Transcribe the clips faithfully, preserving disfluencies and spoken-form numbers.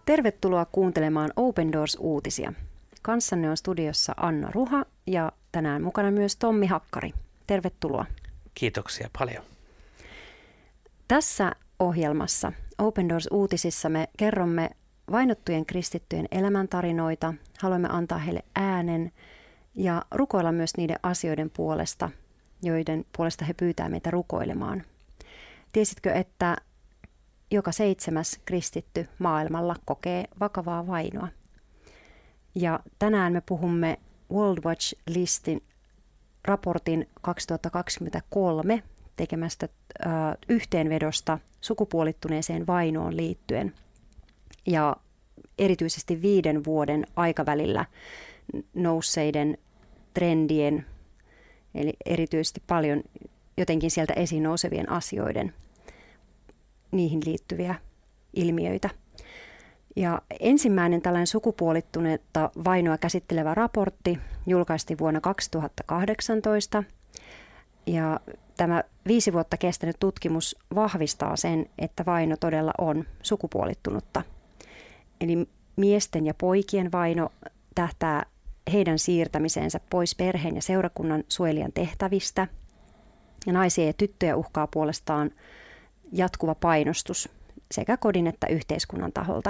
Tervetuloa kuuntelemaan Open Doors-uutisia. Kanssanne on studiossa Anna Ruha ja tänään mukana myös Tommi Hakkari. Tervetuloa. Kiitoksia paljon. Tässä ohjelmassa Open Doors-uutisissa me kerromme vainottujen kristittyjen elämäntarinoita, haluamme antaa heille äänen ja rukoilla myös niiden asioiden puolesta, joiden puolesta he pyytää meitä rukoilemaan. Tiesitkö, että joka seitsemäs kristitty maailmalla kokee vakavaa vainoa? Ja tänään me puhumme World Watch Listin raportin kaksituhattakaksikymmentäkolme tekemästä äh, yhteenvedosta sukupuolittuneeseen vainoon liittyen. Ja erityisesti viiden vuoden aikavälillä nousseiden trendien, eli erityisesti paljon jotenkin sieltä esiin nousevien asioiden, niihin liittyviä ilmiöitä. Ja ensimmäinen tällainen sukupuolittunutta vainoa käsittelevä raportti julkaistiin vuonna kaksituhattakahdeksantoista. Ja tämä viisi vuotta kestänyt tutkimus vahvistaa sen, että vaino todella on sukupuolittunutta. Eli miesten ja poikien vaino tähtää heidän siirtämiseensä pois perheen ja seurakunnan suojelijan tehtävistä. Ja naisia ja tyttöjä uhkaa puolestaan jatkuva painostus sekä kodin että yhteiskunnan taholta.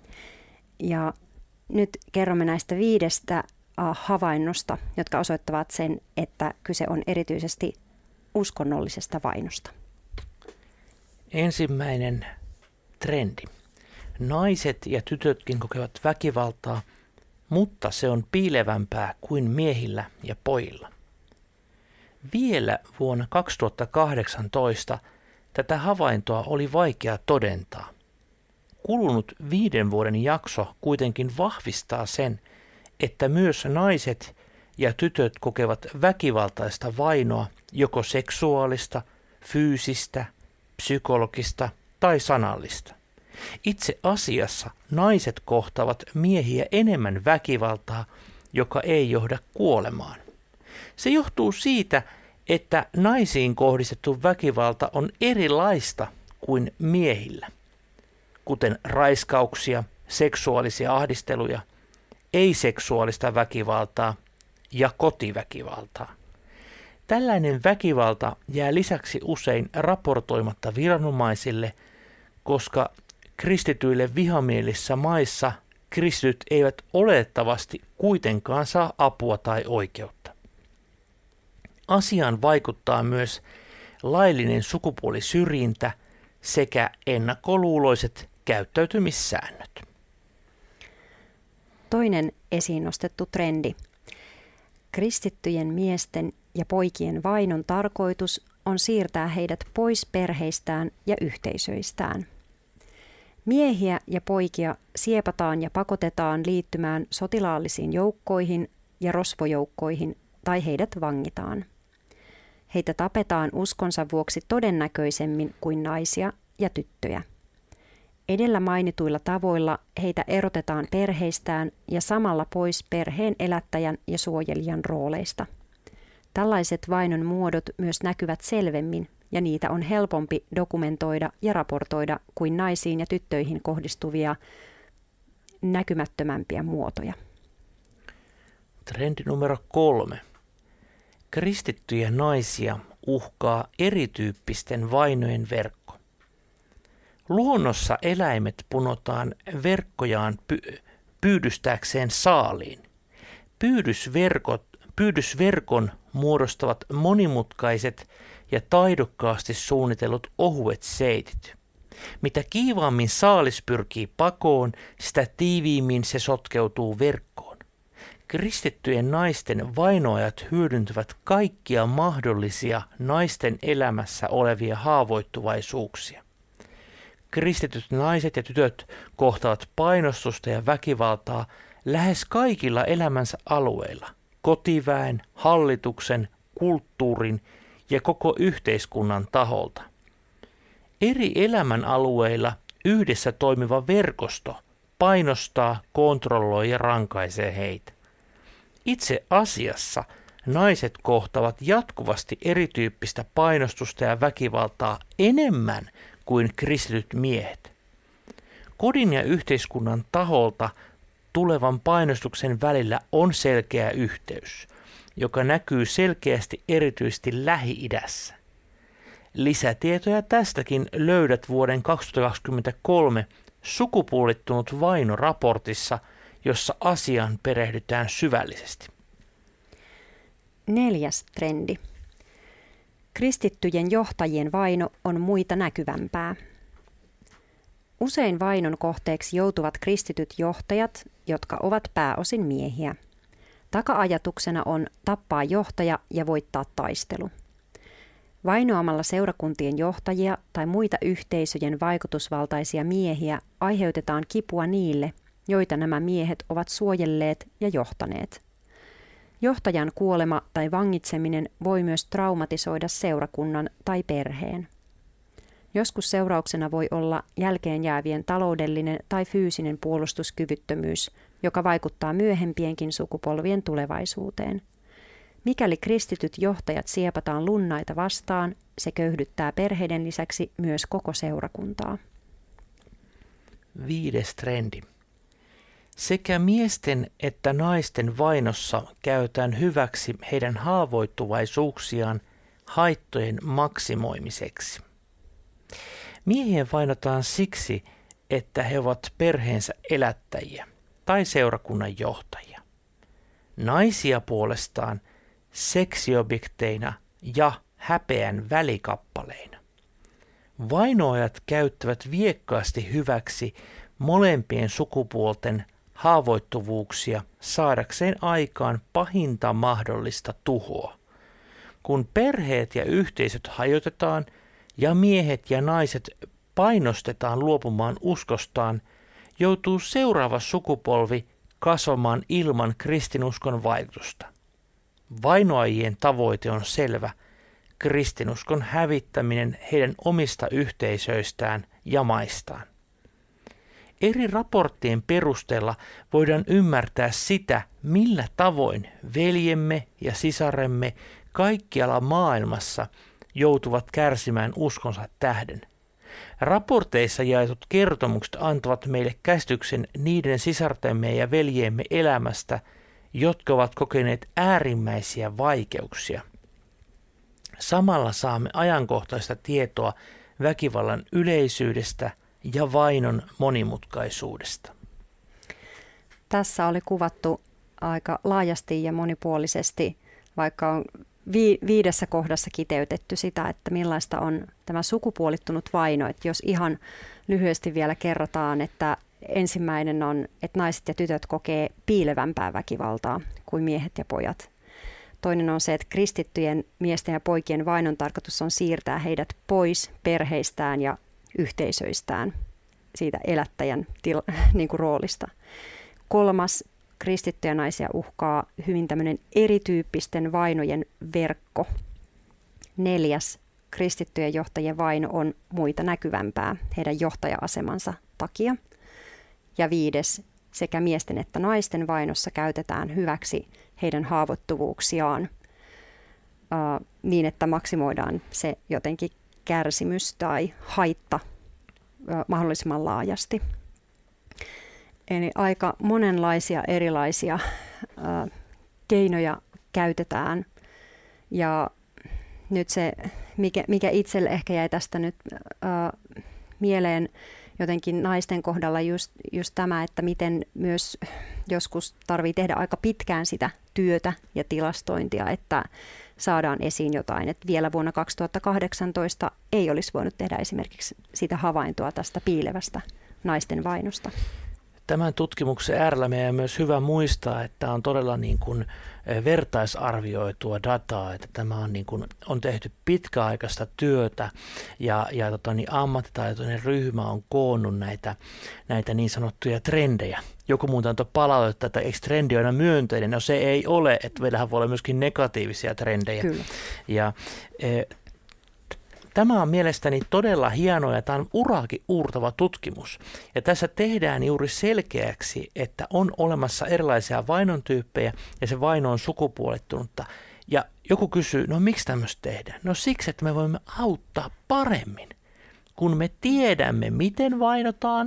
Ja nyt kerromme näistä viidestä havainnosta, jotka osoittavat sen, että kyse on erityisesti uskonnollisesta vainosta. Ensimmäinen trendi. Naiset ja tytötkin kokevat väkivaltaa, mutta se on piilevämpää kuin miehillä ja pojilla. Vielä vuonna kaksituhattakahdeksantoista tätä havaintoa oli vaikea todentaa. Kulunut viiden vuoden jakso kuitenkin vahvistaa sen, että myös naiset ja tytöt kokevat väkivaltaista vainoa, joko seksuaalista, fyysistä, psykologista tai sanallista. Itse asiassa naiset kohtavat miehiä enemmän väkivaltaa, joka ei johda kuolemaan. Se johtuu siitä, että naisiin kohdistettu väkivalta on erilaista kuin miehillä, kuten raiskauksia, seksuaalisia ahdisteluja, ei-seksuaalista väkivaltaa ja kotiväkivaltaa. Tällainen väkivalta jää lisäksi usein raportoimatta viranomaisille, koska kristityille vihamielisissä maissa kristityt eivät olettavasti kuitenkaan saa apua tai oikeutta. Asiaan vaikuttaa myös laillinen sukupuolisyrjintä sekä ennakkoluuloiset käyttäytymissäännöt. Toinen esiin nostettu trendi. Kristittyjen miesten ja poikien vainon tarkoitus on siirtää heidät pois perheistään ja yhteisöistään. Miehiä ja poikia siepataan ja pakotetaan liittymään sotilaallisiin joukkoihin ja rosvojoukkoihin tai heidät vangitaan. Heitä tapetaan uskonsa vuoksi todennäköisemmin kuin naisia ja tyttöjä. Edellä mainituilla tavoilla heitä erotetaan perheistään ja samalla pois perheen elättäjän ja suojelijan rooleista. Tällaiset vainon muodot myös näkyvät selvemmin ja niitä on helpompi dokumentoida ja raportoida kuin naisiin ja tyttöihin kohdistuvia näkymättömämpiä muotoja. Trendi numero kolme. Kristittyjä naisia uhkaa erityyppisten vainojen verkko. Luonnossa eläimet punotaan verkkojaan py- pyydystääkseen saaliin. Pyydysverkot, pyydysverkon muodostavat monimutkaiset ja taidokkaasti suunnitellut ohuet seitit. Mitä kiivaammin saalis pyrkii pakoon, sitä tiiviimmin se sotkeutuu verkkoon. Kristittyjen naisten vainoajat hyödyntävät kaikkia mahdollisia naisten elämässä olevia haavoittuvaisuuksia. Kristityt naiset ja tytöt kohtaavat painostusta ja väkivaltaa lähes kaikilla elämänsä alueilla, kotiväen, hallituksen, kulttuurin ja koko yhteiskunnan taholta. Eri elämän alueilla yhdessä toimiva verkosto painostaa, kontrolloi ja rankaisee heitä. Itse asiassa naiset kohtavat jatkuvasti erityyppistä painostusta ja väkivaltaa enemmän kuin kristityt miehet. Kodin ja yhteiskunnan taholta tulevan painostuksen välillä on selkeä yhteys, joka näkyy selkeästi erityisesti Lähi-idässä. Lisätietoja tästäkin löydät vuoden kaksituhattakaksikymmentäkolme Sukupuolittunut vaino -raportissa, jossa asiaan perehdytään syvällisesti. Neljäs trendi. Kristittyjen johtajien vaino on muita näkyvämpää. Usein vainon kohteeksi joutuvat kristityt johtajat, jotka ovat pääosin miehiä. Taka-ajatuksena on tappaa johtaja ja voittaa taistelu. Vainoamalla seurakuntien johtajia tai muita yhteisöjen vaikutusvaltaisia miehiä aiheutetaan kipua niille, joita nämä miehet ovat suojelleet ja johtaneet. Johtajan kuolema tai vangitseminen voi myös traumatisoida seurakunnan tai perheen. Joskus seurauksena voi olla jälkeen jäävien taloudellinen tai fyysinen puolustuskyvyttömyys, joka vaikuttaa myöhempienkin sukupolvien tulevaisuuteen. Mikäli kristityt johtajat siepataan lunnaita vastaan, se köyhdyttää perheiden lisäksi myös koko seurakuntaa. Viides trendi. Sekä miesten että naisten vainossa käytetään hyväksi heidän haavoittuvaisuuksiaan haittojen maksimoimiseksi. Miehiä vainotaan siksi, että he ovat perheensä elättäjiä tai seurakunnan johtajia. Naisia puolestaan seksiobjekteina ja häpeän välikappaleina. Vainoajat käyttävät viekkaasti hyväksi molempien sukupuolten haavoittuvuuksia saadakseen aikaan pahinta mahdollista tuhoa. Kun perheet ja yhteisöt hajotetaan ja miehet ja naiset painostetaan luopumaan uskostaan, joutuu seuraava sukupolvi kasvamaan ilman kristinuskon vaikutusta. Vainoajien tavoite on selvä: kristinuskon hävittäminen heidän omista yhteisöistään ja maistaan. Eri raporttien perusteella voidaan ymmärtää sitä, millä tavoin veljemme ja sisaremme kaikkialla maailmassa joutuvat kärsimään uskonsa tähden. Raporteissa jaetut kertomukset antavat meille käsityksen niiden sisartemme ja veljeemme elämästä, jotka ovat kokeneet äärimmäisiä vaikeuksia. Samalla saamme ajankohtaista tietoa väkivallan yleisyydestä ja vainon monimutkaisuudesta. Tässä oli kuvattu aika laajasti ja monipuolisesti, vaikka on vi- viidessä kohdassa kiteytetty sitä, että millaista on tämä sukupuolittunut vaino. Että jos ihan lyhyesti vielä kerrotaan, että ensimmäinen on, että naiset ja tytöt kokee piilevämpää väkivaltaa kuin miehet ja pojat. Toinen on se, että kristittyjen miesten ja poikien vainon tarkoitus on siirtää heidät pois perheistään ja yhteisöistään, siitä elättäjän til, niin kuin roolista. Kolmas, kristittyjä naisia uhkaa hyvin tämmöinen erityyppisten vainojen verkko. Neljäs, kristittyjen johtajien vaino on muita näkyvämpää heidän johtaja-asemansa takia. Ja viides, sekä miesten että naisten vainossa käytetään hyväksi heidän haavoittuvuuksiaan äh, niin, että maksimoidaan se jotenkin kärsimys tai haitta äh, mahdollisimman laajasti. Eli aika monenlaisia erilaisia äh, keinoja käytetään. Ja nyt se, mikä, mikä itselle ehkä jäi tästä nyt äh, mieleen, jotenkin naisten kohdalla just, just tämä, että miten myös joskus tarvitsee tehdä aika pitkään sitä työtä ja tilastointia, että saadaan esiin jotain. Että vielä vuonna kaksituhattakahdeksantoista ei olisi voinut tehdä esimerkiksi sitä havaintoa tästä piilevästä naisten vainosta. Tämän tutkimuksen äärellä meidän on myös hyvä muistaa, että on todella niin kuin vertaisarvioitua dataa, että tämä on, niin kuin, on tehty pitkäaikaista työtä ja, ja tota, niin ammattitaitoinen ryhmä on koonnut näitä, näitä niin sanottuja trendejä. Joku muuta antoi palautetta, että eikö trendi aina myönteinen? No se ei ole, että meillähän voi olla myöskin negatiivisia trendejä. Kyllä. Ja, e, Tämä on mielestäni todella hieno ja tämä on uraakin uurtava tutkimus. Ja tässä tehdään juuri selkeäksi, että on olemassa erilaisia vainon tyyppejä ja se vaino on sukupuolittunutta. Ja joku kysyy, no miksi tämmöistä tehdään? No siksi, että me voimme auttaa paremmin. Kun me tiedämme, miten vainotaan,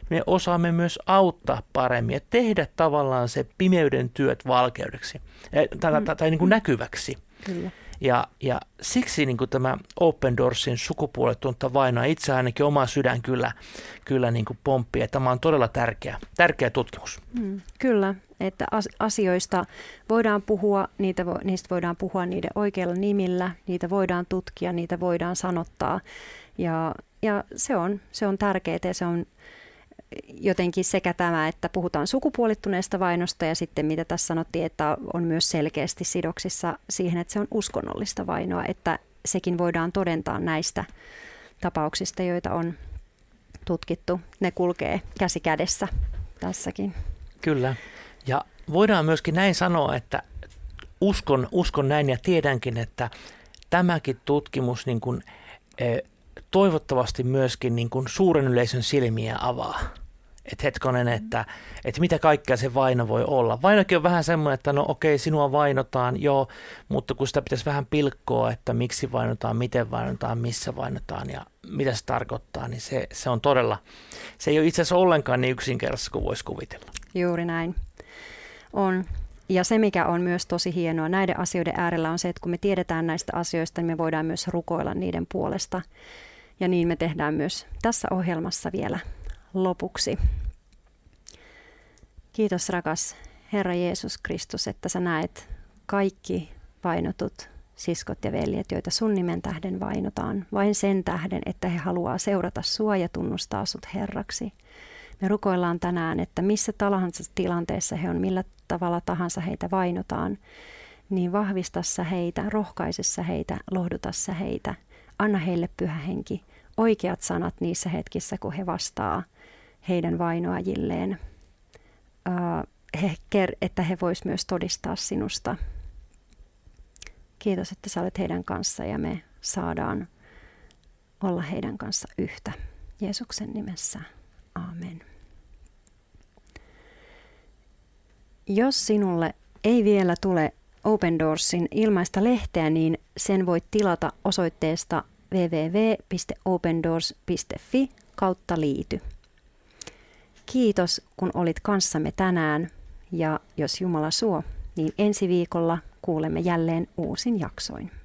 me osaamme myös auttaa paremmin ja tehdä tavallaan se pimeyden työt valkeudeksi tai, tai, tai niin kuin näkyväksi. Kyllä. Ja, ja siksi niin kuin tämä Open Doorsin sukupuoletonta vainoa, itse ainakin oma sydän kyllä, kyllä niin kuin pomppii, että tämä on todella tärkeä, tärkeä tutkimus. Mm, kyllä, että asioista voidaan puhua, niitä, niistä voidaan puhua niiden oikeilla nimillä, niitä voidaan tutkia, niitä voidaan sanottaa ja, ja se on, se on tärkeää ja se on jotenkin sekä tämä, että puhutaan sukupuolittuneesta vainosta ja sitten mitä tässä sanottiin, että on myös selkeästi sidoksissa siihen, että se on uskonnollista vainoa, että sekin voidaan todentaa näistä tapauksista, joita on tutkittu. Ne kulkee käsi kädessä tässäkin. Kyllä. Ja voidaan myöskin näin sanoa, että uskon, uskon näin ja tiedänkin, että tämäkin tutkimus niin kuin, eh, toivottavasti myöskin niin kuin suuren yleisön silmiä avaa. Että hetkonen, että, että mitä kaikkea se vaino voi olla. Vainokin on vähän semmoinen, että no okei, sinua vainotaan, joo, mutta kun sitä pitäisi vähän pilkkoa, että miksi vainotaan, miten vainotaan, missä vainotaan ja mitä se tarkoittaa, niin se, se on todella, se ei ole itse asiassa ollenkaan niin yksinkertaisesti kuin voisi kuvitella. Juuri näin on. Ja se, mikä on myös tosi hienoa näiden asioiden äärellä on se, että kun me tiedetään näistä asioista, niin me voidaan myös rukoilla niiden puolesta. Ja niin me tehdään myös tässä ohjelmassa vielä lopuksi. Kiitos rakas Herra Jeesus Kristus, että sä näet kaikki vainotut siskot ja veljet, joita sun nimen tähden vainotaan, vain sen tähden, että he haluaa seurata sua ja tunnustaa sut Herraksi. Me rukoillaan tänään, että missä tahansa tilanteessa he on, millä tavalla tahansa heitä vainotaan, niin vahvista sä heitä, rohkaise sä heitä, lohduta sä heitä, anna heille Pyhä Henki, oikeat sanat niissä hetkissä, kun he vastaa heidän vainoajilleen, että he vois myös todistaa sinusta. Kiitos, että sä olet heidän kanssa ja me saadaan olla heidän kanssa yhtä. Jeesuksen nimessä. Aamen. Jos sinulle ei vielä tule Open Doorsin ilmaista lehteä, niin sen voit tilata osoitteesta double-u double-u double-u piste open doors piste f i kautta liity. Kiitos, kun olit kanssamme tänään ja jos Jumala suo, niin ensi viikolla kuulemme jälleen uusin jaksoin.